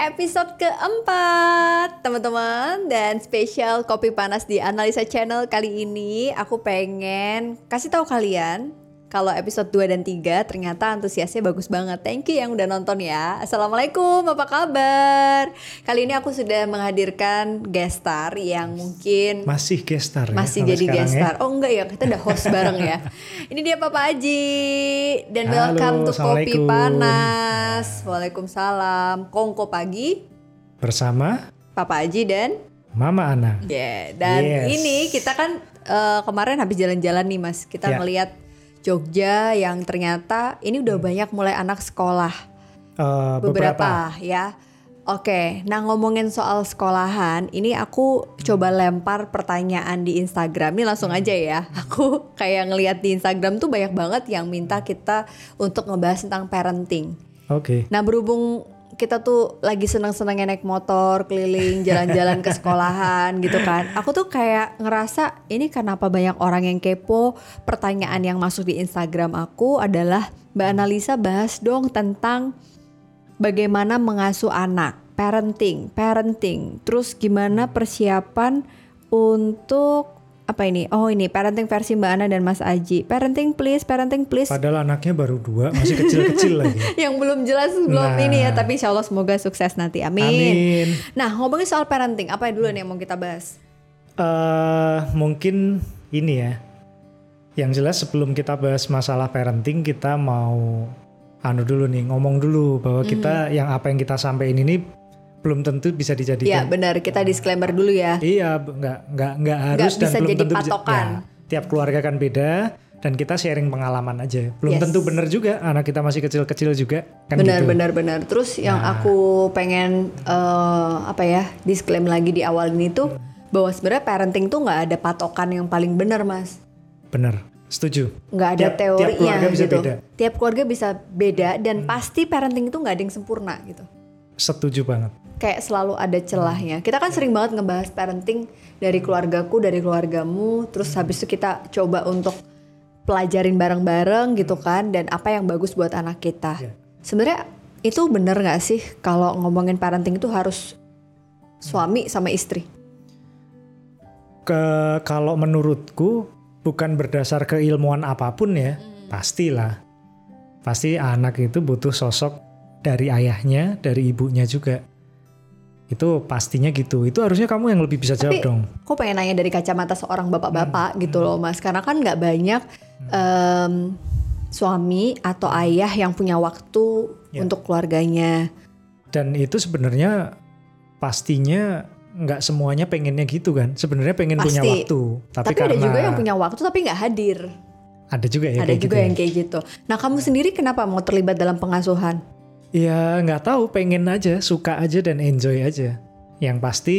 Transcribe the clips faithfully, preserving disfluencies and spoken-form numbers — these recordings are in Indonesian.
episode keempat teman-teman. Dan spesial kopi panas di Analisa Channel kali ini aku pengen kasih tahu kalian kalau episode dua dan tiga ternyata antusiasnya bagus banget. Thank you yang udah nonton ya. Assalamualaikum, apa kabar? Kali ini aku sudah menghadirkan guest star yang mungkin Masih guest star Masih ya, jadi guest star ya? ya? Oh enggak ya, kita udah host bareng ya. Ini dia Papa Aji. Dan Halo, welcome to Kopi Assalamualaikum. Panas. Waalaikumsalam. Kongko pagi Bersama Papa Aji dan Mama Ana. yeah. Dan Yes. ini kita kan uh, kemarin habis jalan-jalan nih Mas. Kita Ya. ngelihat Jogja yang ternyata ini udah banyak mulai anak sekolah. Uh, Beberapa, beberapa. ya. Oke, nah ngomongin soal sekolahan, ini aku coba lempar pertanyaan di Instagram. Ini langsung aja ya. Aku kayak ngelihat di Instagram tuh banyak banget yang minta kita untuk ngebahas tentang parenting. Oke. Nah berhubung kita tuh lagi seneng-senengnya naik motor, keliling, jalan-jalan ke sekolahan gitu kan. Aku tuh kayak ngerasa ini kenapa banyak orang yang kepo. Pertanyaan yang masuk di Instagram aku adalah, Mbak Analisa bahas dong tentang bagaimana mengasuh anak, parenting, parenting. Terus gimana persiapan untuk apa ini? Oh ini parenting versi Mbak Ana dan Mas Aji. Parenting please, parenting please. Padahal anaknya baru dua, masih kecil-kecil lagi. Yang belum jelas belum Nah. ini ya, tapi insya Allah semoga sukses nanti, amin. Amin. Nah ngomongin soal parenting, apa dulu nih yang mau kita bahas? Uh, mungkin ini ya. Yang jelas sebelum kita bahas masalah parenting, kita mau anu dulu nih, ngomong dulu bahwa kita Hmm. yang apa yang kita sampaikan ini belum tentu bisa Ya dijadikan. benar, kita disclaimer dulu ya. Iya, nggak nggak nggak harus bisa dan belum jadi tentu bisa- patokan. ya, tiap keluarga kan beda dan kita sharing pengalaman aja. Belum Yes. tentu benar juga, anak kita masih kecil-kecil juga kan Benar, gitu. benar, benar. Terus yang Nah. aku pengen eh, apa ya, disclaim lagi di awal ini tuh bahwa sebenarnya parenting tuh nggak ada patokan yang paling benar, Mas. Benar, setuju. Nggak ada Tiap- tiap teorinya keluarga bisa gitu. beda. Tiap keluarga bisa beda dan pasti parenting itu nggak ada yang sempurna gitu. Setuju banget. Kayak selalu ada celahnya. Kita kan sering banget ngebahas parenting dari keluargaku, dari keluargamu. Terus habis itu kita coba untuk pelajarin bareng-bareng gitu kan. Dan apa yang bagus buat anak kita. Ya. Sebenarnya itu bener gak sih kalau ngomongin parenting itu harus suami sama istri? Ke kalau menurutku bukan berdasar keilmuan apapun ya, pastilah. Pasti anak itu butuh sosok dari ayahnya, dari ibunya juga. Itu pastinya gitu. Itu harusnya kamu yang lebih bisa jawab Tapi, dong. Aku pengen nanya dari kacamata seorang bapak-bapak Hmm. gitu loh Mas. Karena kan gak banyak em, suami atau ayah yang punya waktu Ya. untuk keluarganya. Dan itu sebenarnya pastinya nggak semuanya pengennya gitu kan. Sebenarnya pengen punya Pasti. waktu. Tapi, Tapi karena ada juga yang punya waktu tapi gak hadir. ada juga ya Ada kayak juga gitu yang ya. kayak gitu. Nah kamu sendiri kenapa mau terlibat dalam pengasuhan? Ya nggak tahu, pengen aja, suka aja dan enjoy aja. Yang pasti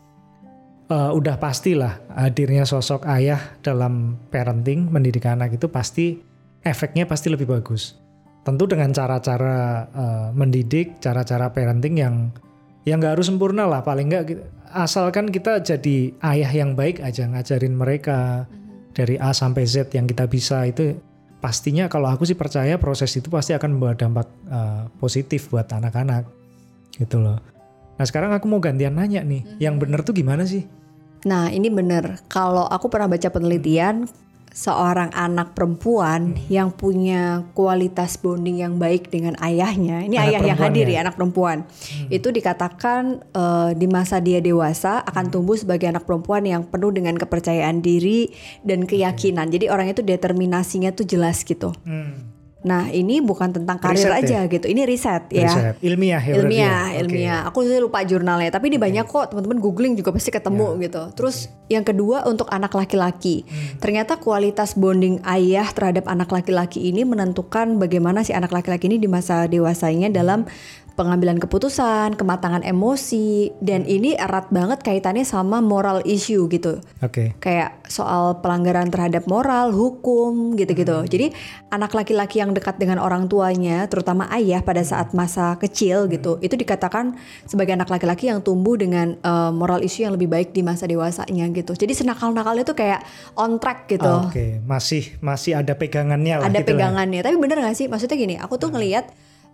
uh, udah pastilah hadirnya sosok ayah dalam parenting, mendidik anak itu pasti efeknya pasti lebih bagus. Tentu dengan cara-cara uh, mendidik, cara-cara parenting yang yang nggak harus sempurna lah, paling nggak gitu. Asalkan kita jadi ayah yang baik aja, ngajarin mereka dari A sampai Z yang kita bisa, itu pastinya kalau aku sih percaya proses itu pasti akan membawa dampak uh, positif buat anak-anak gitu loh. Nah sekarang aku mau gantian nanya nih, yang bener tuh gimana sih? Nah ini bener, kalau aku pernah baca penelitian, seorang anak perempuan yang punya kualitas bonding yang baik dengan ayahnya, ini Anak ayah yang perempuan hadir ya? ya, anak perempuan, itu dikatakan eh, di masa dia dewasa akan tumbuh sebagai anak perempuan yang penuh dengan kepercayaan diri dan keyakinan. Jadi orang itu determinasinya tuh jelas gitu. Hmm. Nah ini bukan tentang karir Riset aja gitu, ini riset ya. Riset. Ilmiah ya berarti Ilmiah, ya? Oke. ilmiah. Aku sih lupa jurnalnya, tapi ini banyak kok teman-teman googling juga pasti ketemu Ya, gitu. Terus yang kedua untuk anak laki-laki, ternyata kualitas bonding ayah terhadap anak laki-laki ini menentukan bagaimana si anak laki-laki ini di masa dewasanya dalam pengambilan keputusan, kematangan emosi, dan ini erat banget kaitannya sama moral issue gitu. Oke. Kayak soal pelanggaran terhadap moral, hukum gitu-gitu. Jadi anak laki-laki yang dekat dengan orang tuanya, terutama ayah pada saat masa kecil gitu, itu dikatakan sebagai anak laki-laki yang tumbuh dengan uh, moral issue yang lebih baik di masa dewasanya gitu. Jadi senakal-nakalnya tuh kayak on track gitu. Oke, masih masih ada pegangannya lah. Ada gitu lah. pegangannya. Tapi bener gak sih? Maksudnya gini, aku tuh ngelihat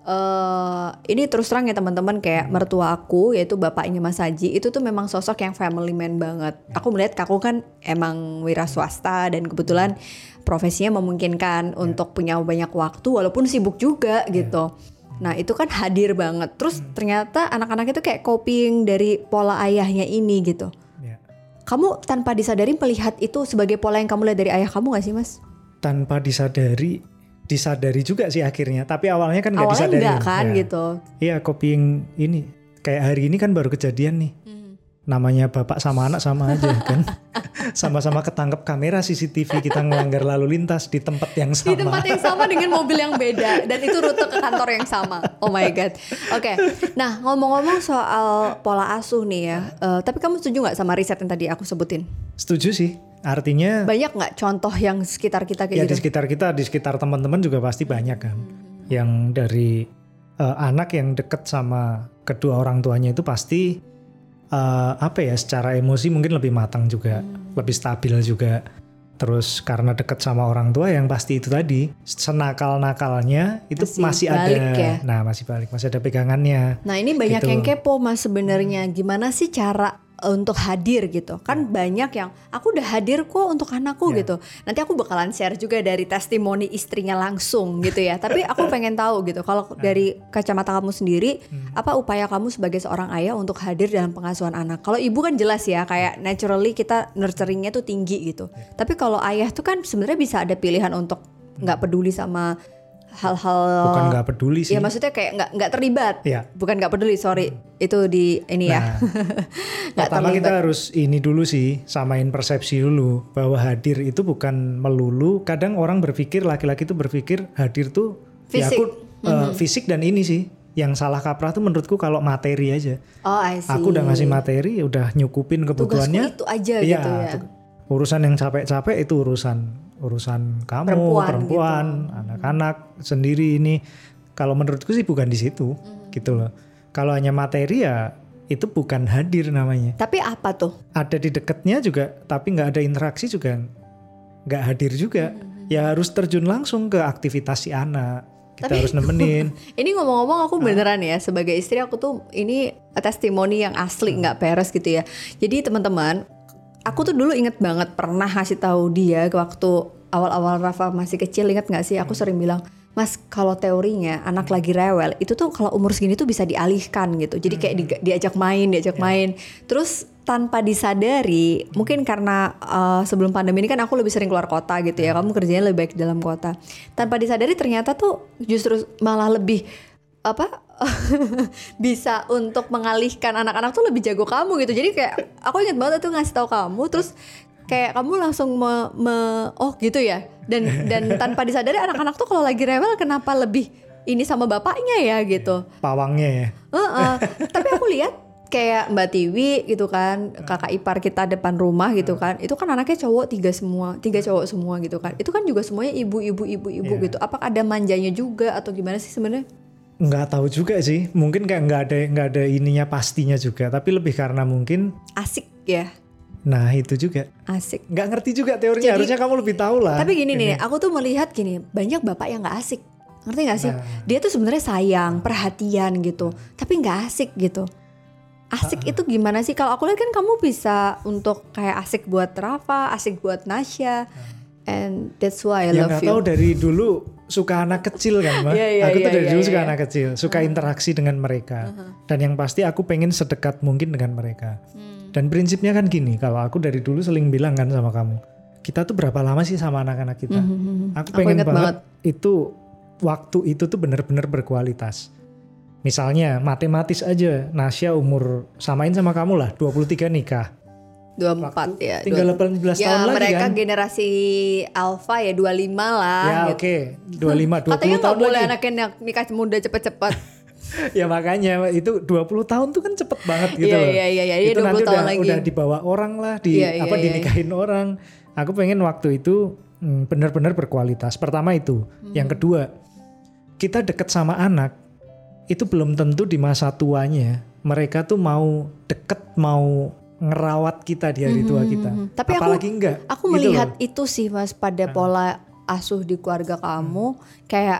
Uh, ini terus terang ya teman-teman, kayak mertua aku yaitu bapaknya Mas Haji itu tuh memang sosok yang family man banget. Aku melihat kakku kan emang wira swasta dan kebetulan profesinya memungkinkan yeah. untuk punya banyak waktu walaupun sibuk juga yeah. gitu. Nah itu kan hadir banget. Terus hmm. ternyata anak-anak itu kayak copying dari pola ayahnya ini gitu. Yeah. Kamu tanpa disadari melihat itu sebagai pola yang kamu lihat dari ayah kamu gak sih Mas? Tanpa disadari disadari juga sih akhirnya, tapi awalnya kan nggak disadari. Awalnya nggak kan ya. gitu. Iya, copying ini kayak hari ini kan baru kejadian nih. Hmm. Namanya bapak sama anak sama aja kan. Sama-sama ketangkep kamera C C T V kita ngelanggar lalu lintas di tempat yang sama. Di tempat yang sama dengan mobil yang beda dan itu rute ke kantor yang sama. Oh my god. Oke. Okay. Nah, ngomong-ngomong soal pola asuh nih ya. Uh, tapi kamu setuju nggak sama riset yang tadi aku sebutin? Setuju sih. Artinya banyak nggak contoh yang sekitar kita kayak ya, gitu? Di sekitar kita, di sekitar teman-teman juga pasti banyak kan. Hmm. Yang dari uh, anak yang deket sama kedua orang tuanya itu pasti uh, apa ya, secara emosi mungkin lebih matang juga, hmm. lebih stabil juga. Terus karena deket sama orang tua yang pasti itu tadi senakal-nakalnya itu masih, masih ada, ya? Nah masih balik, masih ada pegangannya. Nah ini banyak gitu. Yang kepo Mas sebenarnya, gimana sih cara untuk hadir gitu kan. Banyak yang aku udah hadir kok untuk anakku yeah. gitu. Nanti aku bakalan share juga dari testimoni istrinya langsung gitu ya. Tapi aku pengen tahu gitu kalau nah. dari kacamata kamu sendiri hmm. apa upaya kamu sebagai seorang ayah untuk hadir dalam pengasuhan anak. Kalau ibu kan jelas ya kayak naturally kita nurturingnya tuh tinggi gitu yeah. Tapi kalau ayah tuh kan sebenarnya bisa ada pilihan untuk nggak hmm. peduli sama hal-hal, bukan nggak peduli sih ya, maksudnya kayak nggak nggak terlibat ya. Bukan nggak peduli, sorry hmm. itu di ini nah, ya pertama kita harus ini dulu sih, samain persepsi dulu bahwa hadir itu bukan melulu. Kadang orang berpikir, laki-laki itu berpikir hadir tuh fisik. Ya aku mm-hmm. uh, fisik dan ini sih yang salah kaprah tuh menurutku kalau materi aja. Oh, I see. Aku udah ngasih materi, udah nyukupin kebutuhannya. Tugasku itu aja ya, gitu ya. Urusan yang capek-capek itu urusan urusan kamu, perempuan, perempuan gitu. Anak-anak sendiri ini. Kalau menurutku sih bukan di situ, hmm. gitu loh. Kalau hanya materi ya itu bukan hadir namanya. Tapi apa tuh? Ada di dekatnya juga, tapi nggak ada interaksi juga, nggak hadir juga. Hmm. Ya harus terjun langsung ke aktivitas si anak. Kita tapi, harus nemenin. Ini ngomong-ngomong aku beneran ya, sebagai istri aku tuh ini testimoni yang asli, nggak hmm. peres gitu ya. Jadi teman-teman, aku tuh dulu inget banget pernah ngasih tahu dia waktu awal-awal Rafa masih kecil, inget nggak sih? Aku hmm. sering bilang, Mas, kalau teorinya anak lagi rewel itu tuh kalau umur segini tuh bisa dialihkan gitu. Jadi kayak di, diajak main, diajak yeah. main. Terus tanpa disadari, mungkin karena uh, sebelum pandemi ini kan aku lebih sering keluar kota gitu ya. Kamu kerjanya lebih baik di dalam kota. Tanpa disadari ternyata tuh justru malah lebih apa? bisa untuk mengalihkan anak-anak tuh lebih jago kamu gitu. Jadi kayak aku ingat banget tuh ngasih tahu kamu, terus kayak kamu langsung me, me oh gitu ya. Dan dan tanpa disadari anak-anak tuh kalau lagi rewel kenapa lebih ini sama bapaknya ya gitu. Pawangnya ya. Uh-uh. Tapi aku lihat kayak Mbak Tiwi gitu kan, kakak ipar kita depan rumah gitu kan. Itu kan anaknya cowok tiga semua, tiga cowok semua gitu kan. Itu kan juga semuanya ibu-ibu ibu-ibu yeah. gitu. Apakah ada manjanya juga atau gimana sih sebenarnya? Nggak tahu juga sih, mungkin kayak nggak ada nggak ada ininya pastinya juga, tapi lebih karena mungkin asik ya. Nah itu juga asik. Nggak ngerti juga teorinya. Jadi, harusnya kamu lebih tahu lah. Tapi gini ini. nih, aku tuh melihat gini, banyak bapak yang nggak asik, ngerti nggak sih? Nah. Dia tuh sebenarnya sayang, perhatian gitu, tapi nggak asik gitu. Asik uh-uh. itu gimana sih? Kalau aku lihat kan kamu bisa untuk kayak asik buat Rafa, asik buat Nasya, uh. and that's why I yang love you. Yang nggak tahu dari dulu suka anak kecil kan, Mbak. yeah, yeah, aku tuh yeah, dari yeah, dulu yeah, suka yeah. anak kecil, suka uh-huh. interaksi dengan mereka. Uh-huh. Dan yang pasti aku pengen sedekat mungkin dengan mereka. Hmm. Dan prinsipnya kan gini, kalau aku dari dulu sering bilang kan sama kamu, kita tuh berapa lama sih sama anak-anak kita? Mm-hmm. Aku pengen aku banget, banget itu waktu itu tuh benar-benar berkualitas. Misalnya matematis aja, Nasya umur samain sama kamu lah, dua puluh tiga nikah. dua puluh empat ya. Tinggal delapan belas ya, tahun lagi kan. Ya mereka generasi alpha ya dua puluh lima lah. Ya gitu. oke, okay. dua puluh lima, dua puluh katanya tahun lagi. Katanya gak boleh anaknya nikah muda cepet-cepet. Ya makanya itu dua puluh tahun tuh kan cepet banget gitu yeah, loh. Iya iya iya, itu nanti udah, lagi. udah dibawa orang lah, di yeah, apa yeah, dinikahin yeah. orang. Aku pengen waktu itu hmm, benar-benar berkualitas. Pertama itu, hmm. yang kedua, kita deket sama anak itu belum tentu di masa tuanya mereka tuh mau deket, mau ngerawat kita di hari tua kita. Hmm. Tapi apalagi aku, enggak. Aku gitu melihat loh. Itu sih Mas pada pola asuh di keluarga kamu hmm. kayak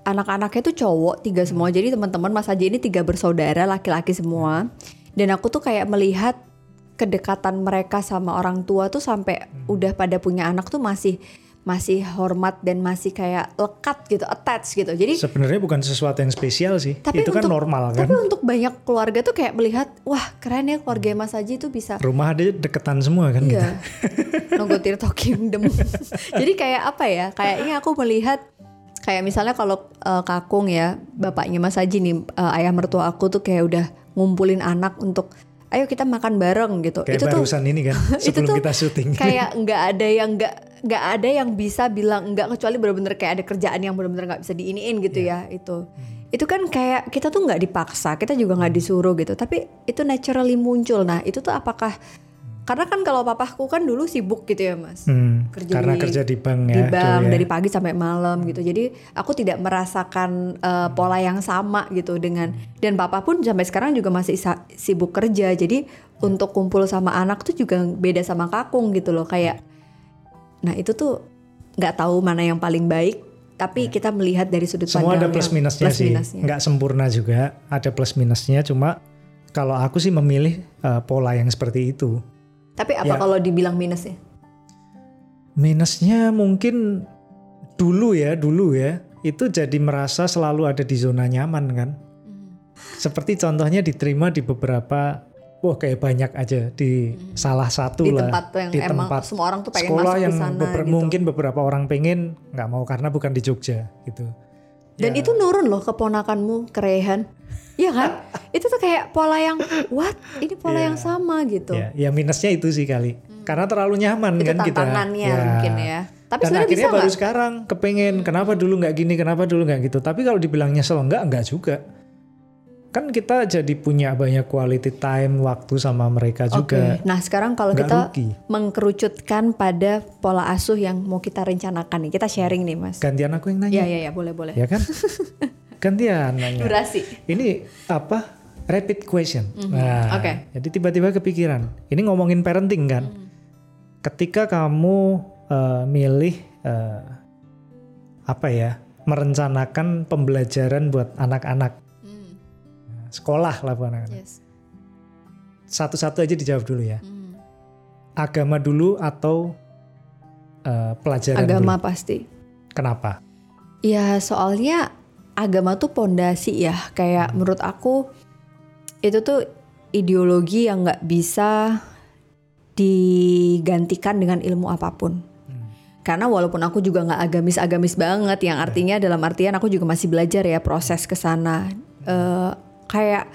anak-anaknya tuh cowok tiga semua. Jadi teman-teman Mas Haji ini tiga bersaudara laki-laki semua. Dan aku tuh kayak melihat kedekatan mereka sama orang tua tuh sampai hmm. udah pada punya anak tuh masih masih hormat dan masih kayak lekat gitu, attach gitu. Jadi sebenarnya bukan sesuatu yang spesial sih. Tapi itu kan untuk, normal kan. Tapi untuk banyak keluarga tuh kayak melihat, wah keren ya keluarga Mas Haji tuh bisa. Rumah ada deketan semua kan iya. gitu. Nogotir Kingdom. Jadi kayak apa ya? Kayaknya aku melihat kayak misalnya kalau uh, Kakung ya, bapaknya Mas Haji nih, uh, ayah mertua aku tuh kayak udah ngumpulin anak untuk ayo kita makan bareng gitu. Kayak itu barusan tuh, ini kan sebelum itu tuh kita syuting. Kayak nggak ada yang nggak nggak ada yang bisa bilang enggak, kecuali benar-benar kayak ada kerjaan yang benar-benar nggak bisa diiniin gitu yeah. ya itu. Hmm. Itu kan kayak kita tuh nggak dipaksa, kita juga nggak disuruh gitu. Tapi itu naturally muncul. Nah itu tuh apakah karena kan kalau papaku kan dulu sibuk gitu ya Mas, hmm, kerja karena di, kerja di bank ya, di bank ya. dari pagi sampai malam gitu. Jadi aku tidak merasakan uh, pola yang sama gitu dengan, dan papa pun sampai sekarang juga masih sa- sibuk kerja. Jadi untuk kumpul sama anak tuh juga beda sama Kakung gitu loh kayak. Nah itu tuh nggak tahu mana yang paling baik. Tapi kita melihat dari sudut pandang. Semua ada plus minusnya plus sih, minusnya. Nggak sempurna juga, ada plus minusnya. Cuma kalau aku sih memilih uh, pola yang seperti itu. Tapi apa ya, kalau dibilang minusnya? Minusnya mungkin dulu ya, dulu ya, itu jadi merasa selalu ada di zona nyaman kan. Hmm. Seperti contohnya diterima di beberapa, wah kayak banyak aja di hmm. salah satu di lah. Tempat yang di emang tempat semua orang tuh pengen sekolah masuk yang ke sana beber- gitu. Mungkin beberapa orang pengen, nggak mau karena bukan di Jogja gitu. Dan ya. Itu nurun loh keponakanmu ke Rehan. Iya kan? Itu tuh kayak pola yang what? Ini pola yeah. yang sama gitu. Ya, yeah. ya minusnya itu sih kali. Hmm. Karena terlalu nyaman itu kan kita. Itu tantangannya ya. mungkin ya. Tapi dan akhirnya bisa baru gak? Sekarang kepengen kenapa dulu nggak gini, kenapa dulu nggak gitu. Tapi kalau dibilang nyesel enggak, enggak juga. Kan kita jadi punya banyak quality time, waktu sama mereka juga. Okay. Nah sekarang kalau nggak kita rugi. Mengkerucutkan pada pola asuh yang mau kita rencanakan nih, kita sharing nih Mas. Gantian aku yang nanya. Iya iya ya, boleh boleh. Ya kan? Gantian nanya. Durasi. Ini apa? Rapid question. Mm-hmm. Nah, okay. Jadi tiba-tiba kepikiran. Ini ngomongin parenting kan. Mm. Ketika kamu uh, milih uh, apa ya, merencanakan pembelajaran buat anak-anak, mm. sekolah lah buat anak-anak. Yes. Satu-satu aja dijawab dulu ya. Mm. Agama dulu atau uh, pelajaran Agama dulu? pasti. Kenapa? Ya soalnya agama tuh pondasi ya. Kayak hmm. menurut aku itu tuh ideologi yang nggak bisa digantikan dengan ilmu apapun. Hmm. Karena walaupun aku juga nggak agamis-agamis banget, yang artinya dalam artian aku juga masih belajar ya proses kesana. Hmm. Uh, kayak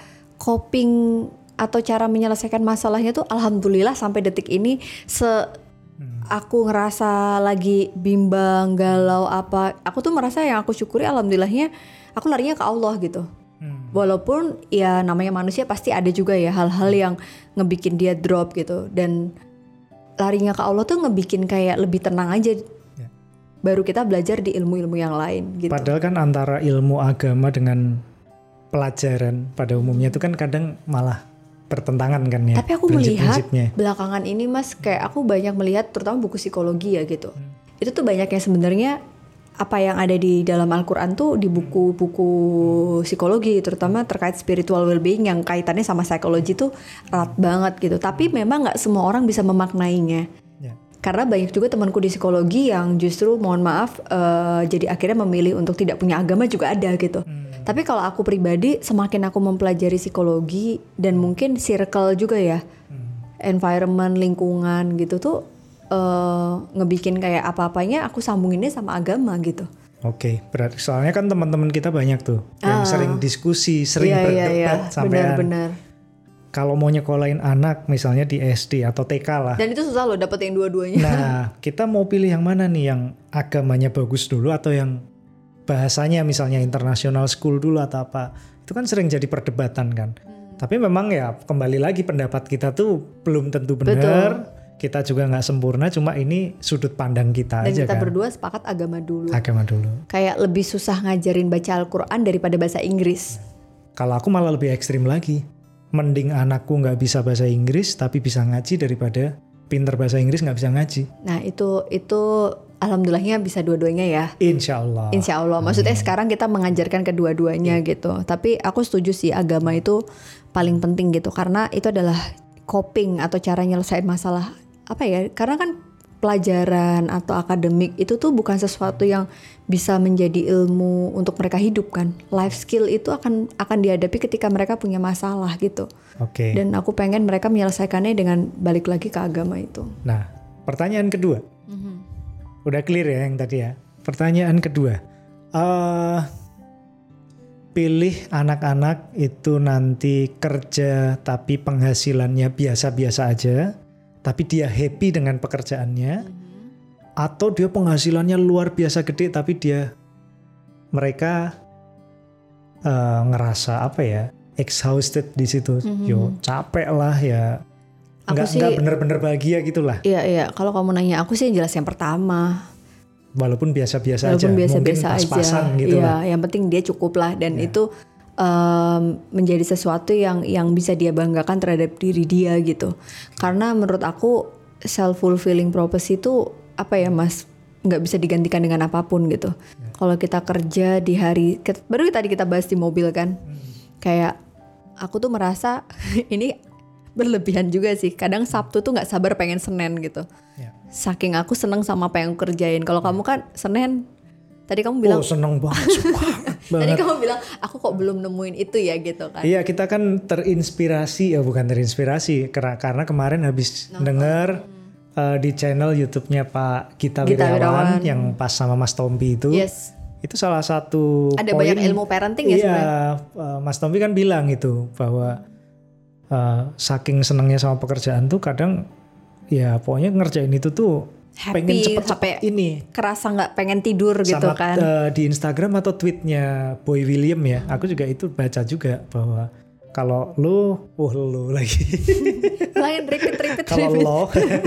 coping atau cara menyelesaikan masalahnya tuh alhamdulillah sampai detik ini se hmm. aku ngerasa lagi bimbang, galau apa, aku tuh merasa yang aku syukuri alhamdulillahnya aku larinya ke Allah gitu. Hmm. Walaupun ya namanya manusia pasti ada juga ya hal-hal yang ngebikin dia drop gitu, dan larinya ke Allah tuh ngebikin kayak lebih tenang aja. Ya. Baru kita belajar di ilmu-ilmu yang lain gitu. Padahal kan antara ilmu agama dengan pelajaran pada umumnya itu kan kadang malah bertentangan kan ya. Tapi aku melihat belakangan ini Mas, kayak aku banyak melihat terutama buku psikologi ya gitu. Hmm. Itu tuh banyak yang sebenarnya apa yang ada di dalam Al-Quran tuh di buku-buku psikologi, terutama terkait spiritual well-being yang kaitannya sama psikologi tuh erat banget gitu. Tapi memang gak semua orang bisa memaknainya. Yeah. Karena banyak juga temanku di psikologi yang justru mohon maaf uh, jadi akhirnya memilih untuk tidak punya agama juga ada gitu. Hmm. Tapi kalau aku pribadi semakin aku mempelajari psikologi dan mungkin circle juga ya, hmm. environment, lingkungan gitu tuh Uh, ngebikin kayak apa-apanya aku sambunginnya sama agama gitu. Oke, okay, berarti soalnya kan teman-teman kita banyak tuh ah. yang sering diskusi, sering iya, berdebat iya, iya. sampean. Benar-benar. Kalau mau nyekolahin anak misalnya di S D atau T K lah. Dan itu susah loh dapet yang dua-duanya. Nah, kita mau pilih yang mana nih, yang agamanya bagus dulu atau yang bahasanya misalnya international school dulu atau apa? Itu kan sering jadi perdebatan kan. Hmm. Tapi memang ya kembali lagi pendapat kita tuh belum tentu benar. Betul. Kita juga nggak sempurna, cuma ini sudut pandang kita dan aja kan. Dan kita berdua sepakat agama dulu. Agama dulu. Kayak lebih susah ngajarin baca Al-Quran daripada bahasa Inggris. Kalau aku malah lebih ekstrim lagi. Mending anakku nggak bisa bahasa Inggris tapi bisa ngaji daripada pinter bahasa Inggris nggak bisa ngaji. Nah itu itu alhamdulillahnya bisa dua-duanya ya. Insya Allah. Insya Allah. Maksudnya hmm. sekarang kita mengajarkan kedua-duanya hmm. gitu. Tapi aku setuju sih agama itu paling penting gitu. Karena itu adalah coping atau cara nyelesain masalah. Apa ya, karena kan pelajaran atau akademik itu tuh bukan sesuatu yang bisa menjadi ilmu untuk mereka hidup kan. Life skill itu akan akan dihadapi ketika mereka punya masalah gitu. Oke. Okay. Dan aku pengen mereka menyelesaikannya dengan balik lagi ke agama itu. Nah, pertanyaan kedua. Mm-hmm. Udah clear ya yang tadi ya. Pertanyaan kedua. Uh, pilih anak-anak itu nanti kerja tapi penghasilannya biasa-biasa aja. Tapi dia happy dengan pekerjaannya, mm-hmm. atau dia penghasilannya luar biasa gede, tapi dia mereka uh, ngerasa apa ya, exhausted di situ, mm-hmm. yo capek lah ya, nggak nggak bener-bener bahagia gitulah. Iya iya, kalau kamu nanya aku sih jelas yang pertama. Walaupun biasa-biasa Walaupun aja, biasa-biasa mungkin pas-pasan aja. gitu ya, lah. Yang penting dia cukup lah dan ya. itu Um, menjadi sesuatu yang yang bisa dia banggakan terhadap diri dia gitu. Karena menurut aku self fulfilling prophecy itu apa ya Mas, nggak bisa digantikan dengan apapun gitu. Ya. Kalau kita kerja di hari, baru tadi kita bahas di mobil kan, hmm. kayak aku tuh merasa ini berlebihan juga sih. Kadang Sabtu tuh nggak sabar pengen Senin gitu. Ya. Saking aku seneng sama apa yang aku kerjain. Kalau ya. Kamu kan Senin. Tadi kamu bilang, oh seneng banget, banget. Tadi kamu bilang, aku kok belum nemuin itu ya gitu kan. Iya, kita kan terinspirasi, ya bukan terinspirasi, karena, karena kemarin habis nah, denger hmm. uh, di channel YouTube-nya Pak Gita, Gita Wirawan, Wirawan yang pas sama Mas Tompi itu. Yes. Itu salah satu ada poin, banyak ilmu parenting ya iya, sebenarnya. uh, Mas Tompi kan bilang itu, bahwa uh, saking senengnya sama pekerjaan tuh kadang, ya pokoknya ngerjain itu tuh happy, pengen cepet-cepet ini kerasa nggak pengen tidur sama, gitu kan. Uh, di Instagram atau tweetnya Boy William ya, hmm. aku juga itu baca juga bahwa kalau lu, oh lu lagi lain repeat repeat kalau lo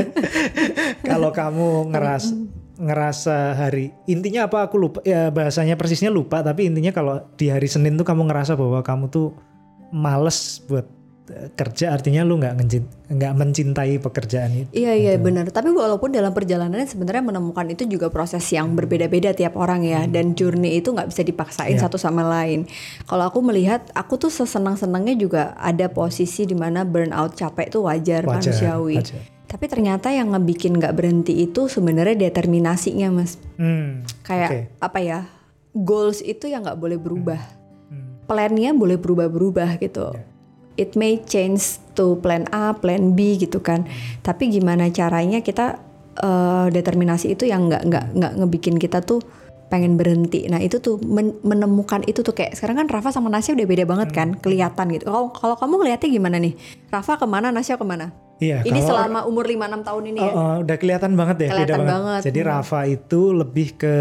kalau kamu ngeras ngerasa hari intinya apa aku lupa ya, bahasanya persisnya lupa, tapi intinya kalau di hari Senin tuh kamu ngerasa bahwa kamu tuh males buat kerja, artinya lu nggak nggak mencintai pekerjaan itu. Iya iya gitu. Benar. Tapi walaupun dalam perjalanannya sebenarnya menemukan itu juga proses yang berbeda-beda tiap orang ya, hmm. dan journey itu nggak bisa dipaksain yeah. satu sama lain. Kalau aku melihat, aku tuh sesenang-senangnya juga ada posisi di mana burnout, capek itu wajar, wajar manusiawi. Wajar. Tapi ternyata yang ngebikin nggak berhenti itu sebenarnya determinasinya Mas. Hmm. Kayak okay. apa ya? Goals itu yang nggak boleh berubah. Hmm. Plannya boleh berubah-berubah gitu. Yeah. It may change to plan A, plan B gitu kan. Hmm. Tapi gimana caranya kita uh, determinasi itu yang nggak nggak nggak ngebikin kita tuh pengen berhenti. Nah itu tuh men- menemukan itu tuh kayak sekarang kan Rafa sama Nasya udah beda banget kan, kelihatan gitu. Kalau kalau kamu ngeliatnya gimana nih? Rafa kemana, Nasya kemana? Iya. Ini kalau, selama umur lima enam tahun ini uh, ya. Uh, udah kelihatan banget ya. Kelihatan beda banget. banget. Jadi hmm. Rafa itu lebih ke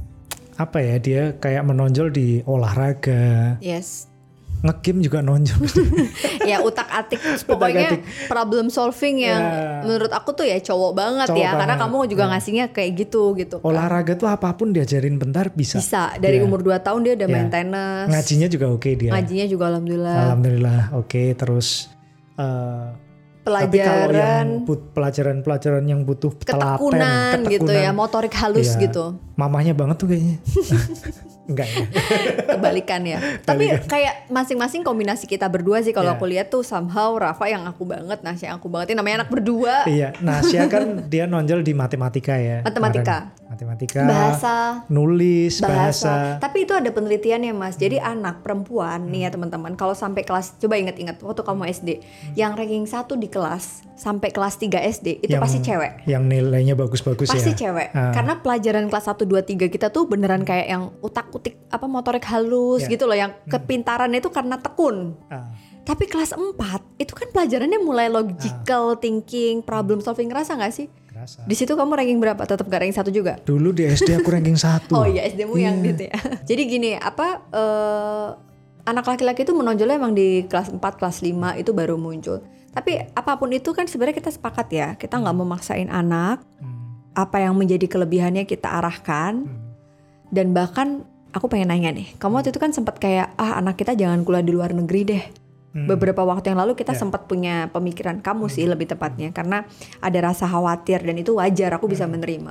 apa ya? Dia kayak menonjol di olahraga. Yes. Nge-game juga nonjol. Ya utak-atik pokoknya utak-atik. Problem solving yang ya. Menurut aku tuh ya cowok banget cowok ya banget. Karena kamu juga ya. Ngasihnya kayak gitu gitu kan. Olahraga tuh apapun diajarin bentar bisa. Bisa dari ya. Umur dua tahun dia udah ya. Main tenis. Ngajinya juga oke okay dia. Ngajinya juga alhamdulillah. Alhamdulillah oke okay. Terus uh, pelajaran tapi kalau yang but, pelajaran-pelajaran yang butuh ketekunan, telaten, ketekunan gitu ya, motorik halus ya, gitu. Mamanya banget tuh kayaknya. Enggak ya. Kebalikan ya. Tapi kayak masing-masing kombinasi kita berdua sih kalau yeah. aku lihat tuh somehow Rafa yang aku banget, Nasya yang aku banget. Ini namanya anak berdua. Iya, Nasya kan dia nonjol di matematika ya. Matematika. Kemarin. Matematika. Bahasa. Nulis, bahasa. bahasa. Tapi itu ada penelitiannya Mas. Jadi hmm. anak perempuan hmm. nih ya teman-teman. Kalau sampai kelas, coba ingat-ingat waktu kamu S D. Hmm. Yang ranking satu di kelas sampai kelas tiga S D itu yang, pasti cewek. Yang nilainya bagus-bagus pasti ya. Pasti cewek. Ah. Karena pelajaran kelas satu, dua, tiga kita tuh beneran kayak yang utak-utik apa motorik halus yeah. gitu loh, yang hmm. kepintaran itu karena tekun. Ah. Tapi kelas empat itu kan pelajarannya mulai logical ah. thinking, problem solving. Ngerasa gak sih? Ngerasa. Di situ kamu ranking berapa? Tetap gak ranking satu juga? Dulu di S D aku ranking satu. Oh iya, S D-mu yeah. yang gitu ya. Jadi gini, apa uh, anak laki-laki itu menonjolnya emang di kelas empat, kelas lima itu baru muncul. Tapi apapun itu kan sebenarnya kita sepakat ya, kita nggak memaksain anak. Hmm. Apa yang menjadi kelebihannya kita arahkan. Hmm. Dan bahkan aku pengen nanya nih, kamu waktu itu kan sempat kayak ah anak kita jangan kuliah di luar negeri deh. Hmm. Beberapa waktu yang lalu kita yeah. sempat punya pemikiran, kamu hmm. sih lebih tepatnya, karena ada rasa khawatir dan itu wajar, aku hmm. bisa menerima.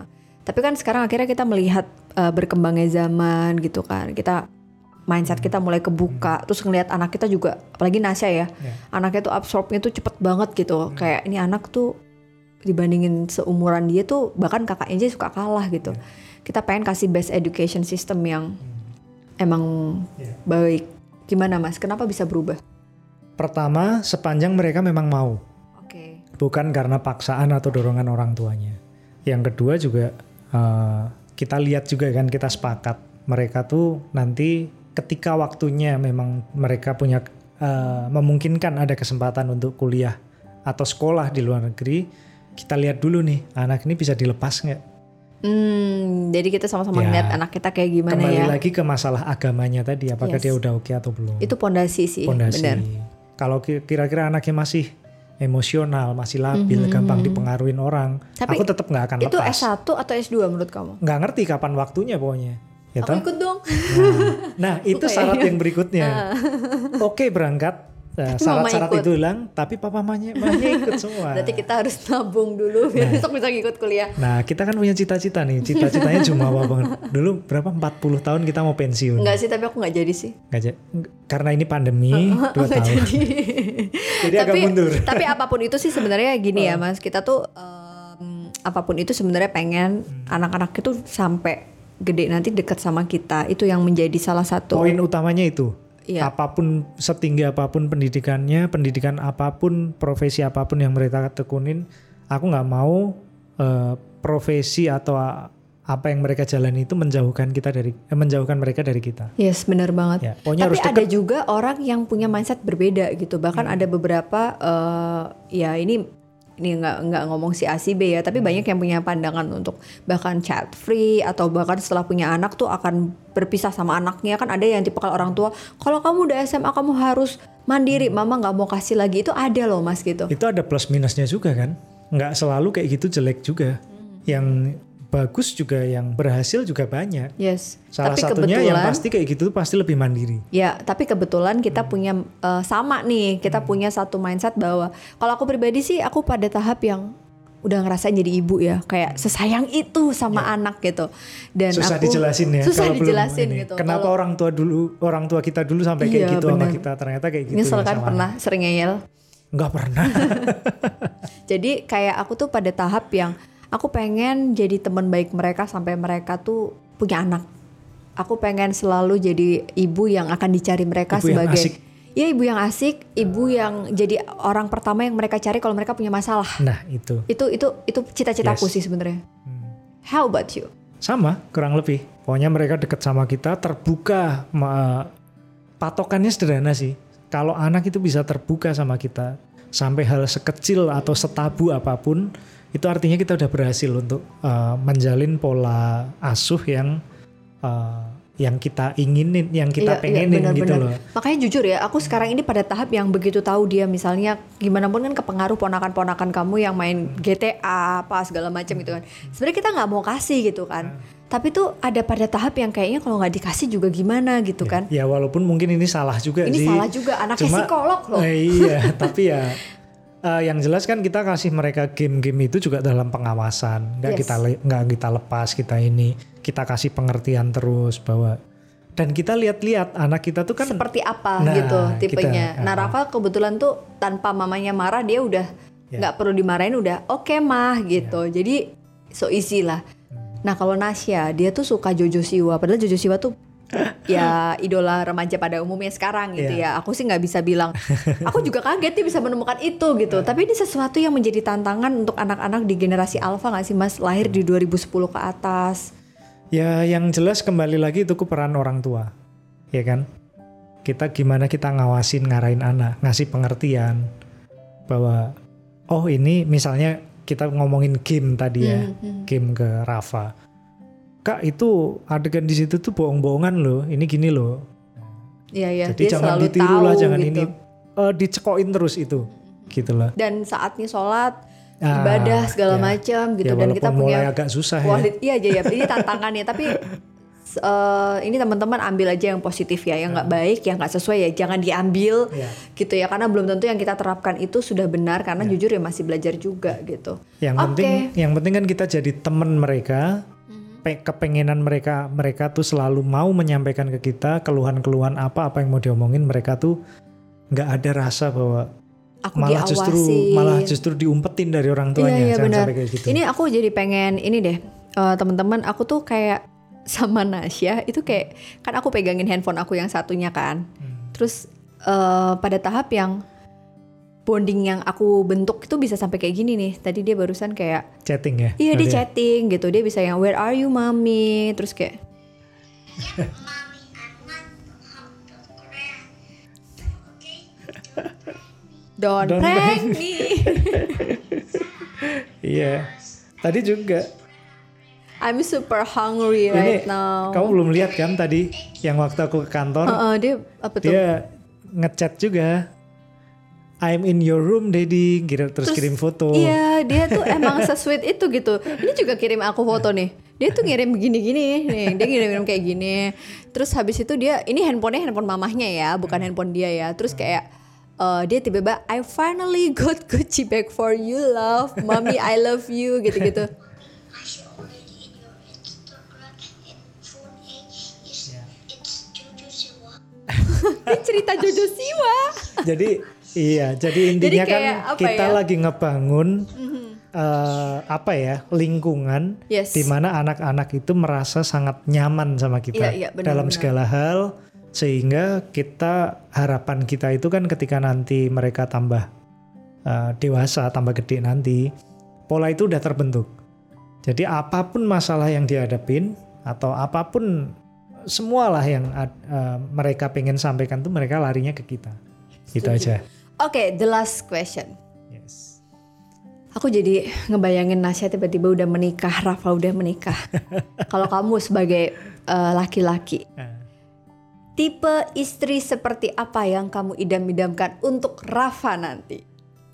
Tapi kan sekarang akhirnya kita melihat uh, berkembangnya zaman gitu kan. Kita mindset kita mulai kebuka. Terus ngelihat anak kita juga, apalagi Nasya ya. Yeah. Anaknya tuh absorbnya tuh cepet banget gitu. Hmm. Kayak ini anak tuh dibandingin seumuran dia tuh bahkan kakaknya aja suka kalah gitu. Yeah. Kita pengen kasih best education system yang hmm. emang yeah. baik. Gimana Mas? Kenapa bisa berubah? Pertama, sepanjang mereka memang mau. Oke. Okay. Bukan karena paksaan atau dorongan orang tuanya. Yang kedua juga uh, kita lihat juga kan, kita sepakat mereka tuh nanti ketika waktunya memang mereka punya uh, memungkinkan ada kesempatan untuk kuliah atau sekolah di luar negeri, kita lihat dulu nih anak ini bisa dilepas nggak? Hmm, jadi kita sama-sama ya, ngeliat anak kita kayak gimana kembali ya. Kembali lagi ke masalah agamanya tadi, apakah yes. dia udah oke atau belum. Itu pondasi sih, pondasi. Benar. Kalau kira-kira anaknya masih emosional, masih labil, mm-hmm. gampang dipengaruhin orang, tapi aku tetap nggak akan itu lepas. Itu S satu atau S dua menurut kamu? Nggak ngerti kapan waktunya pokoknya. Ya aku ikut dong. Nah, nah itu syarat yang berikutnya. Oke berangkat. Nah, syarat-syarat itu hilang, tapi papa mamanya, mamanya ikut semua. Berarti kita harus nabung dulu biar nah, besok bisa ngikut kuliah. Nah kita kan punya cita-cita nih, cita-citanya jumawa banget. Dulu berapa, empat puluh tahun kita mau pensiun. Enggak sih, tapi aku gak jadi sih. Gak jadi, karena ini pandemi, dua tahun. Jadi, jadi agak mundur. Tapi apapun itu sih sebenarnya gini ya Mas, kita tuh um, apapun itu sebenarnya pengen hmm. anak-anak itu sampai gede nanti dekat sama kita. Itu yang menjadi salah satu. Poin utamanya itu. Iya. Apapun, setinggi apapun pendidikannya, pendidikan apapun, profesi apapun yang mereka tekunin, aku nggak mau uh, profesi atau apa yang mereka jalani itu menjauhkan kita dari, eh, menjauhkan mereka dari kita. Yes, benar banget. Ya, tapi harus ada juga orang yang punya mindset berbeda gitu. Bahkan hmm. ada beberapa, uh, ya ini ini nggak nggak ngomong si A si B ya, tapi banyak yang punya pandangan untuk bahkan child free atau bahkan setelah punya anak tuh akan berpisah sama anaknya. Kan ada yang tipikal orang tua, kalau kamu udah S M A kamu harus mandiri, mama nggak mau kasih lagi. Itu ada loh Mas gitu. Itu ada plus minusnya juga kan, nggak selalu kayak gitu jelek juga. Hmm. Yang bagus juga, yang berhasil juga banyak. Yes. Salah tapi satunya yang pasti kayak gitu pasti lebih mandiri. Ya, tapi kebetulan kita hmm. punya uh, sama nih, kita hmm. punya satu mindset bahwa kalau aku pribadi sih aku pada tahap yang udah ngerasain jadi ibu ya, kayak sesayang itu sama ya. anak gitu. Dan susah aku, dijelasin ya. Susah kalau dijelasin belum gitu. Kenapa kalau, orang tua dulu, orang tua kita dulu sampai iya, kayak gitu bener. sama kita, ternyata kayak gitu. Nyesel kan pernah anak. Sering ngeyel? Enggak pernah. Jadi kayak aku tuh pada tahap yang aku pengen jadi teman baik mereka sampai mereka tuh punya anak. Aku pengen selalu jadi ibu yang akan dicari mereka ibu sebagai yang asik. Ya ibu yang asik, ibu yang jadi orang pertama yang mereka cari kalau mereka punya masalah. Nah itu. Itu itu itu cita-citaku yes. sih sebenarnya. Hmm. How about you? Sama, kurang lebih. Pokoknya mereka deket sama kita, terbuka. Ma- patokannya sederhana sih. Kalau anak itu bisa terbuka sama kita, sampai hal sekecil atau setabu apapun, itu artinya kita udah berhasil untuk uh, menjalin pola asuh yang uh, yang kita inginin, yang kita iya, pengenin iya, benar, gitu benar. loh. Makanya jujur ya, aku sekarang ini pada tahap yang begitu tahu dia misalnya gimana pun kan kepengaruh ponakan-ponakan kamu yang main G T A apa segala macam gitu kan. Sebenarnya kita nggak mau kasih gitu kan. Hmm. Tapi tuh ada pada tahap yang kayaknya kalau nggak dikasih juga gimana gitu ya, kan. Ya walaupun mungkin ini salah juga ini sih. Ini salah juga, anaknya Cuma, psikolog loh. Eh, iya, tapi ya Uh, yang jelas kan kita kasih mereka game-game itu juga dalam pengawasan, nggak yes. kita nggak kita lepas, kita ini kita kasih pengertian terus bahwa, dan kita lihat-lihat anak kita tuh kan seperti apa nah, gitu tipenya. Kita, nah Rafa kebetulan tuh tanpa mamanya marah dia udah nggak yeah. perlu dimarahin, udah oke okay, mah gitu. Yeah. Jadi so easy lah. Hmm. Nah kalau Nasya dia tuh suka Jojo Siwa, padahal Jojo Siwa tuh ya idola remaja pada umumnya sekarang gitu yeah. ya. Aku sih nggak bisa bilang. Aku juga kaget dia bisa menemukan itu gitu. Yeah. Tapi ini sesuatu yang menjadi tantangan untuk anak-anak di generasi alfa nggak sih Mas? Lahir di dua ribu sepuluh ke atas. Ya yang jelas kembali lagi itu ke peran orang tua, ya kan? Kita gimana kita ngawasin, ngarahin anak, ngasih pengertian bahwa oh ini misalnya kita ngomongin game tadi ya, mm-hmm. game ke Rafa. Kak itu adegan di situ tuh bohong-bohongan loh, ini gini loh. Iya iya. Jadi dia jangan ditiru lah, jangan gitu. Ini uh, dicekokin terus itu, gitu lah. Dan saatnya sholat, ah, ibadah segala ya. macam gitu, ya, dan kita punya mulai agak susah kualit, ya. Iya aja ya, ini tantangannya. Tapi uh, ini teman-teman ambil aja yang positif ya, yang nggak hmm. baik, yang nggak sesuai ya jangan diambil, ya. gitu ya. Karena belum tentu yang kita terapkan itu sudah benar, karena ya. jujur ya masih belajar juga gitu. Yang okay. penting, yang penting kan kita jadi teman mereka. pe- kepengenan mereka mereka tuh selalu mau menyampaikan ke kita keluhan-keluhan apa apa yang mau diomongin, mereka tuh nggak ada rasa bahwa Aku malah diawasi. justru malah justru diumpetin dari orang tuanya. Iya, iya, Jangan benar. sampai kayak gitu. Ini aku jadi pengen ini deh, uh, teman-teman, aku tuh kayak sama Nasya itu kayak kan aku pegangin handphone aku yang satunya kan, Hmm. terus uh, pada tahap yang bonding yang aku bentuk itu bisa sampai kayak gini nih. Tadi dia barusan kayak Chatting ya. iya dia Berarti ya? chatting gitu, dia bisa yang where are you mami, terus kayak don't, Don't prank me. Iya. Tadi juga. I'm super hungry right Ini now. kamu belum lihat kan tadi yang waktu aku ke kantor, Heeh, dia apa tuh? dia ngechat juga. I'm in your room, Daddy. Terus, terus kirim foto. Iya, dia tuh emang se-sweet itu gitu. Ini juga kirim aku foto nih. Dia tuh ngirim gini-gini nih. Dia ngirim-ngirim kayak gini. Terus habis itu dia, ini handphonenya handphone mamahnya ya, bukan handphone dia ya. Terus kayak uh, dia tiba-tiba I finally got Gucci bag for you, love. Mommy, I love you, gitu-gitu. Dia cerita Jojo Siwa. Jadi iya, jadi intinya Jadi kayak kan apa kita ya? lagi ngebangun eh, apa ya lingkungan Yes. di mana anak-anak itu merasa sangat nyaman sama kita Iya, iya, benar, dalam benar. segala hal, sehingga kita harapan kita itu kan ketika nanti mereka tambah eh, dewasa, tambah gede nanti, pola itu udah terbentuk. Jadi apapun masalah yang dihadapin atau apapun semualah yang uh, mereka pengen sampaikan tuh mereka larinya ke kita. Gitu aja. Oke, the last question. Yes. Aku jadi ngebayangin Nasya tiba-tiba udah menikah, Rafa udah menikah. Kalau kamu sebagai uh, laki-laki, tipe istri seperti apa yang kamu idam-idamkan untuk Rafa nanti?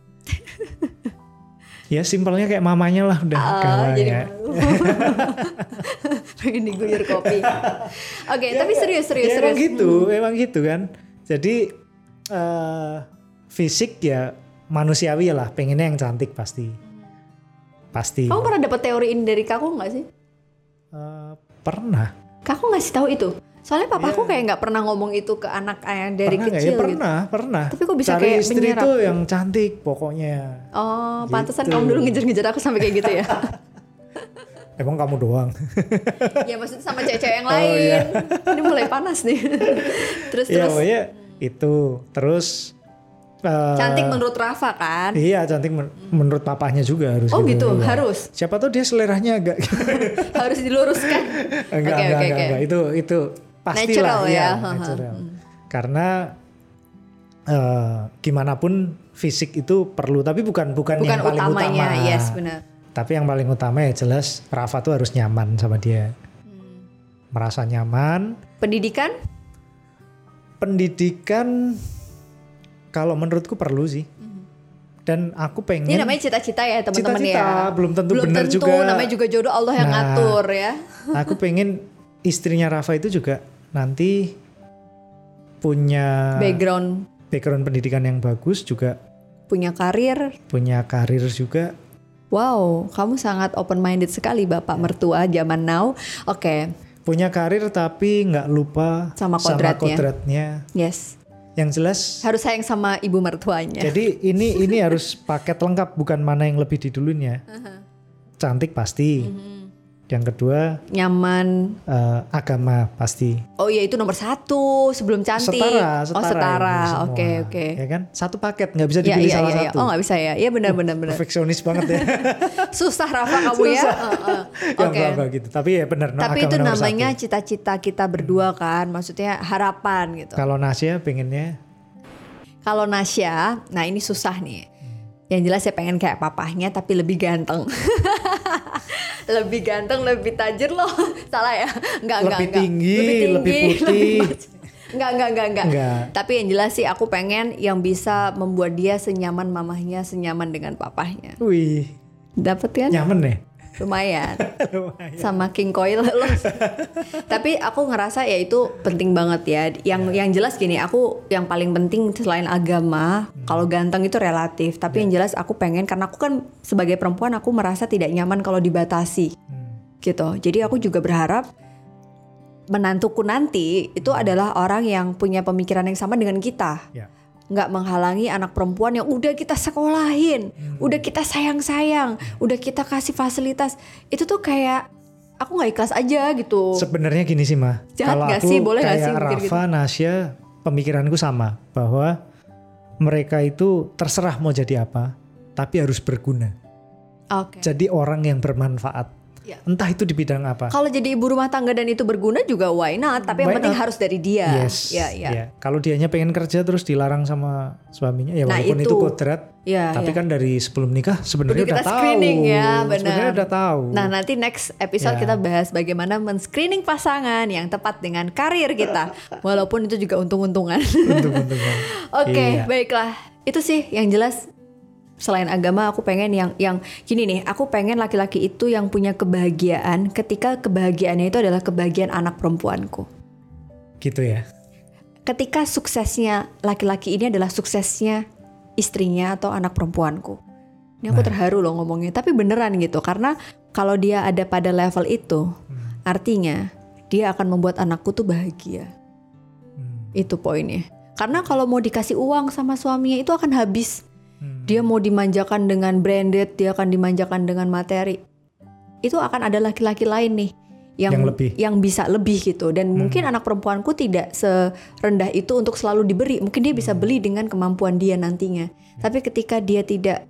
Ya simpelnya kayak mamanya lah udah Ah, kawan jadi ya. malu. Pengen diguyur kopi. Oke, Ya, tapi serius serius ya, serius. emang gitu, emang gitu kan. Jadi uh, fisik ya manusiawi lah, pengennya yang cantik pasti. Pasti. Kamu pernah dapat teori ini dari kakak nggak sih? Uh, pernah. Kakak ngasih tahu itu. Soalnya papaku kayak nggak pernah ngomong itu ke anak ayah dari pernah nggak kecil ya? gitu. Pernah, pernah. Tapi kok bisa Cari kayak istri menyerap? tuh yang cantik pokoknya. Oh, pantesan Gitu. kamu dulu ngejar-ngejar aku sampai kayak gitu ya. Emang kamu doang. Ya maksudnya sama cewek-cewek yang Oh, lain. iya. Ini mulai panas nih. terus Iya, terus pokoknya itu. Terus uh, cantik menurut Rafa kan? Iya, cantik men- menurut papahnya juga harus. Oh gitu, iya. harus Siapa tuh dia seleranya agak harus diluruskan. enggak, Oke, enggak, oke, enggak, oke. enggak. Itu itu pastilah Natural ya. ya, Haha. natural. Karena eh, gimana pun fisik itu perlu, tapi bukan bukan, Bukan yang paling utamanya, utama. yes benar. Tapi yang paling utama ya jelas Rafa tuh harus nyaman sama dia. Hmm. Merasa nyaman. Pendidikan? Pendidikan kalau menurutku perlu sih. Dan aku pengen Ini namanya cita-cita ya teman-teman ya. Cita-cita, belum tentu belum benar tentu, juga. namanya juga jodoh Allah yang Nah, ngatur ya. Aku pengen istrinya Rafa itu juga nanti punya Background, background pendidikan yang bagus, juga punya karir. punya karir juga. Wow, kamu sangat open minded sekali Bapak mertua zaman now. Oke, Punya karir tapi nggak lupa Sama kodratnya. kodratnya. yes. Yang jelas. Harus sayang sama ibu mertuanya. Jadi ini ini harus paket lengkap, bukan mana yang lebih diduluin ya. Cantik pasti. Yang kedua Nyaman. eh, agama pasti. Oh iya itu nomor satu sebelum cantik. Setara, setara. Oh setara, ini semua. oke oke. Ya kan, satu paket nggak bisa Ya, dipilih iya, salah iya, iya. satu. Oh nggak bisa ya? Iya benar benar benar. Perfeksionis banget ya. Susah Rafa kamu ya. Susah. Heeh. Ya, Oke. enggak, enggak gitu. Tapi ya benar. no, Tapi agama itu nomor namanya satu. cita-cita kita berdua kan, maksudnya harapan gitu. Kalau Nasya pengennya Kalau Nasya, nah ini susah nih. Yang jelas saya pengen kayak papahnya tapi lebih ganteng. Lebih ganteng, lebih tajir loh. Salah ya? Enggak, enggak, Lebih enggak. tinggi, lebih putih. Enggak, enggak, enggak, enggak, Enggak. Tapi yang jelas sih aku pengen yang bisa membuat dia senyaman mamahnya, senyaman dengan papahnya. wih, Dapat kan? nyaman nih. Lumayan. Lumayan. Sama King Coil loh. Tapi aku ngerasa ya itu penting banget ya. Yang yang jelas gini, aku yang paling penting selain agama, Hmm. kalau ganteng itu relatif. Tapi yang jelas aku pengen, karena aku kan sebagai perempuan aku merasa tidak nyaman kalau dibatasi. Hmm. gitu. Jadi aku juga berharap menantuku nanti itu adalah orang yang punya pemikiran yang sama dengan kita. Ya. Nggak menghalangi anak perempuan yang udah kita sekolahin, hmm. udah kita sayang-sayang, hmm. udah kita kasih fasilitas. Itu tuh kayak aku nggak ikhlas aja gitu. Sebenarnya gini sih Ma, kalau aku sih? Boleh kayak sih Rafa, gitu? Nasya, pemikiranku sama bahwa mereka itu terserah mau jadi apa, tapi harus berguna. Okay. Jadi orang yang bermanfaat. Ya. Entah itu di bidang apa. Kalau jadi ibu rumah tangga dan itu berguna juga why not? Tapi yang penting harus dari dia. Yes. Ya, ya. Ya. Kalau dianya pengen kerja terus dilarang sama suaminya, ya nah, walaupun itu, itu kodrat. Ya, tapi ya. kan dari sebelum nikah sebenarnya udah tahu. Ya, sebenarnya udah tahu. Nah nanti next episode ya. Kita bahas bagaimana men-screening pasangan yang tepat dengan karir kita. Walaupun itu juga untung-untungan. Untung-untungan. Oke, okay, iya. Baiklah. Itu sih yang jelas. Selain agama aku pengen yang yang gini nih, aku pengen laki-laki itu yang punya kebahagiaan ketika kebahagiaannya itu adalah kebahagiaan anak perempuanku. Gitu ya. Ketika suksesnya laki-laki ini adalah suksesnya istrinya atau anak perempuanku. Ini aku nah. terharu loh ngomongnya, tapi beneran gitu. Karena kalau dia ada pada level itu, hmm. artinya dia akan membuat anakku tuh bahagia. Hmm. Itu poinnya. Karena kalau mau dikasih uang sama suaminya itu akan habis. Dia mau dimanjakan dengan branded, dia akan dimanjakan dengan materi. Itu akan ada laki-laki lain nih yang yang, lebih. yang bisa lebih gitu. Dan hmm. mungkin anak perempuanku tidak serendah itu untuk selalu diberi. Mungkin dia bisa beli dengan kemampuan dia nantinya. Hmm. Tapi ketika dia tidak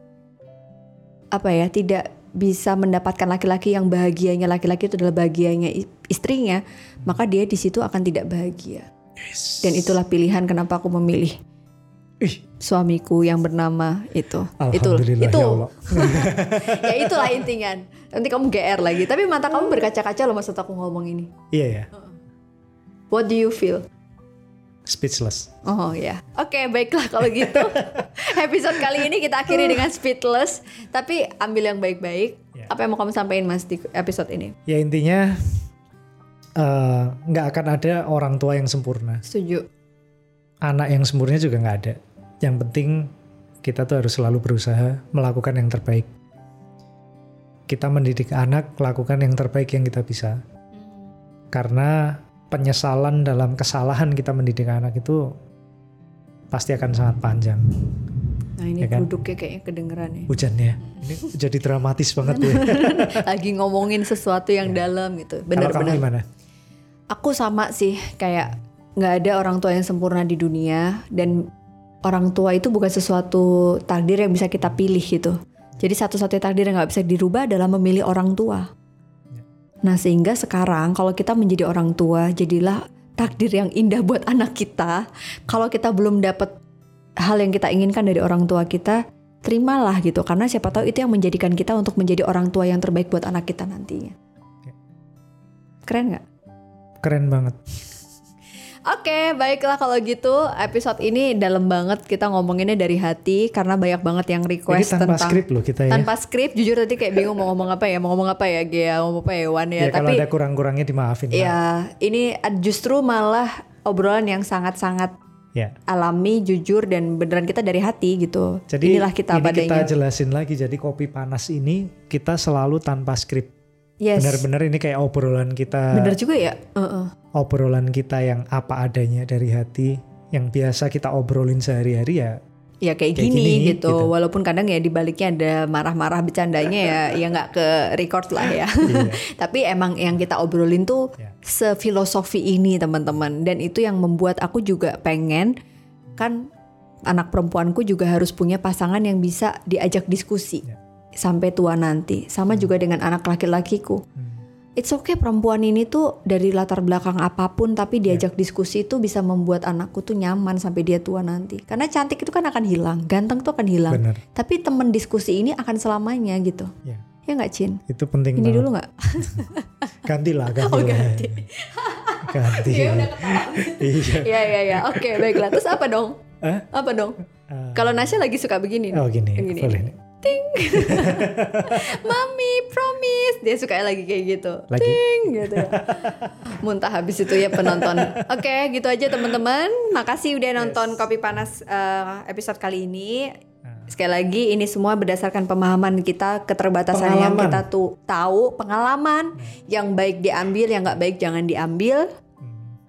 apa ya, tidak bisa mendapatkan laki-laki yang bahagianya laki-laki itu adalah bahagianya istrinya, hmm. maka dia di situ akan tidak bahagia. Yes. Dan itulah pilihan kenapa aku memilih Ih. suamiku yang bernama itu. Alhamdulillah, itu, itu. Ya Allah. Ya itulah intinya. Nanti kamu G R lagi. Tapi mata kamu berkaca-kaca loh maksud aku ngomong ini. Iya ya. What do you feel? Speechless. Oh ya. Oke, okay, baiklah kalau gitu. Episode kali ini kita akhiri dengan speechless. Tapi ambil yang baik-baik. Yeah. Apa yang mau kamu sampaikan Mas di episode ini? Ya intinya nggak uh, akan ada orang tua yang sempurna. Setuju. Anak yang sempurna juga nggak ada. Yang penting kita tuh harus selalu berusaha melakukan yang terbaik. Kita mendidik anak, lakukan yang terbaik yang kita bisa. Karena penyesalan dalam kesalahan kita mendidik anak itu pasti akan sangat panjang. Nah ini ya kan? Duduknya kayaknya kedengeran ya. Hujannya. Ini jadi dramatis banget ya. Lagi ngomongin sesuatu yang ya. dalam gitu. Benar-benar. Kalau kamu gimana? Aku sama sih kayak nggak ada orang tua yang sempurna di dunia dan orang tua itu bukan sesuatu takdir yang bisa kita pilih gitu. Jadi satu-satunya takdir yang nggak bisa dirubah adalah memilih orang tua. Nah sehingga sekarang kalau kita menjadi orang tua, jadilah takdir yang indah buat anak kita. Kalau kita belum dapat hal yang kita inginkan dari orang tua kita, terimalah gitu. Karena siapa tahu itu yang menjadikan kita untuk menjadi orang tua yang terbaik buat anak kita nantinya. Keren nggak? Keren banget. Oke, baiklah kalau gitu episode ini dalam banget kita ngomonginnya dari hati karena banyak banget yang request tanpa tentang skrip loh kita ya. Tanpa skrip, jujur tadi kayak bingung mau ngomong apa ya, mau ngomong apa ya, Gia, mau ngomong apa ya, Wan ya. Ya tapi kalau ada kurang-kurangnya dimaafin. Ya, ini justru malah obrolan yang sangat-sangat ya. alami, jujur dan beneran kita dari hati gitu. Jadi inilah kita ini padanya. kita jelasin lagi. Jadi Kopi Panas ini kita selalu tanpa skrip. Yes. Benar-benar ini kayak obrolan kita. Bener juga ya. Uh-uh. Obrolan kita yang apa adanya dari hati, yang biasa kita obrolin sehari-hari ya. Ya kayak, kayak gini, gini gitu. gitu. Walaupun kadang ya dibaliknya ada marah-marah bercandanya ya, ya nggak ke record lah ya. Iya. Tapi emang yang kita obrolin tuh yeah. sefilosofi ini teman-teman. Dan itu yang membuat aku juga pengen kan anak perempuanku juga harus punya pasangan yang bisa diajak diskusi. Yeah. Sampai tua nanti. Sama juga dengan anak laki-lakiku. Hmm. It's okay perempuan ini tuh dari latar belakang apapun tapi diajak yeah. diskusi itu bisa membuat anakku tuh nyaman sampai dia tua nanti. Karena cantik itu kan akan hilang, ganteng tuh akan hilang. Bener. Tapi temen diskusi ini akan selamanya gitu. Yeah. Ya nggak Cin? Itu penting. Ini banget. dulu nggak? Gantilah, ganti. Oh ganti. Ganti. Ya udah ketawa. Iya. Iya iya iya. Oke baiklah. Terus apa dong? Huh? Apa dong? Uh, Kalau Nasya lagi suka begini. Oh gini. Gini. Boleh nih. Ting. Mami promise. Dia suka lagi kayak gitu. Lagi? Ting gitu ya. Muntah habis itu ya penonton. Oke okay, gitu aja teman-teman. Makasih udah nonton yes. Kopi Panas uh, episode kali ini. Sekali lagi ini semua berdasarkan pemahaman kita, keterbatasan yang Pengalaman. kita tuh tahu, pengalaman. Yang baik diambil, yang nggak baik jangan diambil.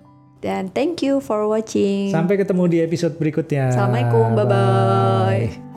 Dan thank you for watching. Sampai ketemu di episode berikutnya. Assalamualaikum, bye bye.